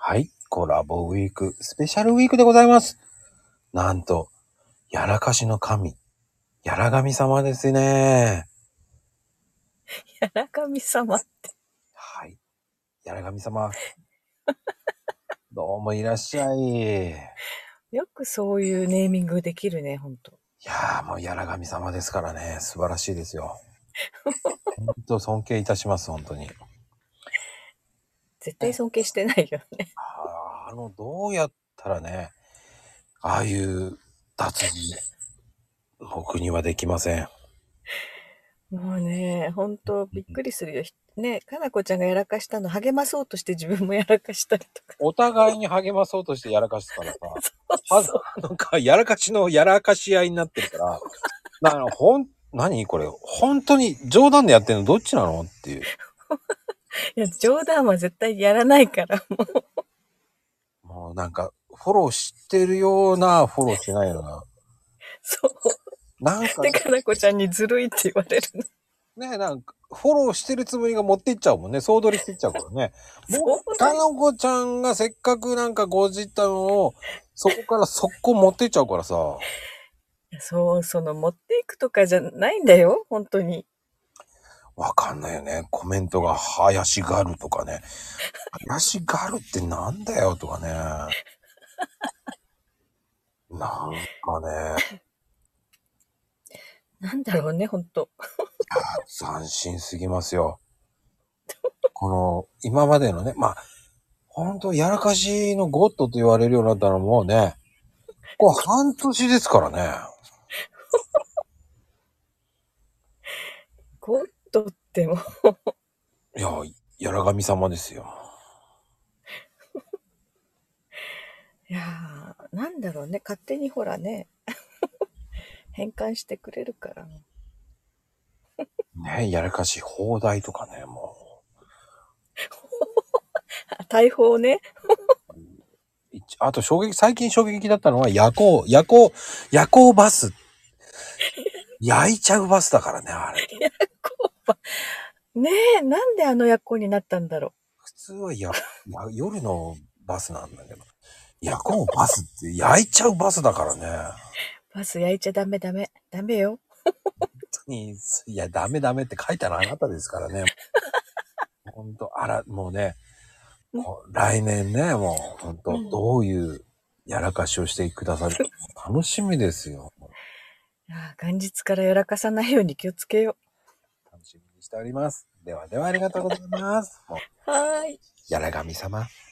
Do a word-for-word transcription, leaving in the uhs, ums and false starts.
はい。コラボウィーク、スペシャルウィークでございます。なんと、やらかしの神、やら神様ですね。 やら神様って。 はい。やら神様。どうもいらっしゃい。 よくそういうネーミングできるね、ほんと。 いやーもうやら神様ですからね。素晴らしいですよ。本当尊敬いたします、本当に。 絶対尊敬してないよね。 あーあの、どうやったらね、ああいう脱字、僕にはできません。 もうね、ほんとびっくりするよ。ね、かなこちゃんがやらかしたの励まそうとして自分もやらかしたりとか。 お互いに励まそうとしてやらかすからさ、は、 そう。 なんか、やらかしのやらかし合いになってるから、だから、ほん、何これ、本当に冗談でやってるのどっちなのっていう。 いや、冗談は絶対やらないから、もう。 もうなんか、フォローしてるような、フォローしてないような。 そう。 なんか、 で、かなこちゃんにずるいって言われるの。 ね、なんか、フォローしてるつもりが持っていっちゃうもんね。総取りしていっちゃうからね。もう、 そうだよ。 かのこちゃんがせっかくなんかごじったのを、そこから速攻持っていっちゃうからさ。 そう、その持っていくとかじゃないんだよ、ほんとに。 わかんないよね。コメントが怪しがるとかね。怪しがるってなんだよとかね。なんかね、 なんだろうね、ほんと。 斬新すぎますよ。この、今までのね、まあ、ほんと、やらかしのゴッドと言われるようになったのもうね、こう半年ですからね。 ゴッドってもう、 いや、やら神様ですよ。 いやー、なんだろうね、勝手にほらね、変換してくれるから。 ね、やらかし放題とかね、もあ、大砲ね。 う。いちあと衝撃、最近衝撃だったのは夜行、夜行、夜行バス。焼いちゃうバスだからね、あれ。 こうねえ、なんであの役になったんだろ普通はや、や夜のバスなんだけど。夜行バスって焼いちゃうバスだからね。 う。バス焼いちゃダメダメ。ダメよ。 に、いや、ダメダメって書いたのあなたですからね。ほんと、あら、もうね、 うん、 こう来年ね、もう、ほんと、 うん。 どういうやらかしをしてくださるか楽しみですよ。 いやー、元日からやらかさないように気をつけよ楽しみにしております。ではではありがとうございます。もう、 う。はーい。 やら神様。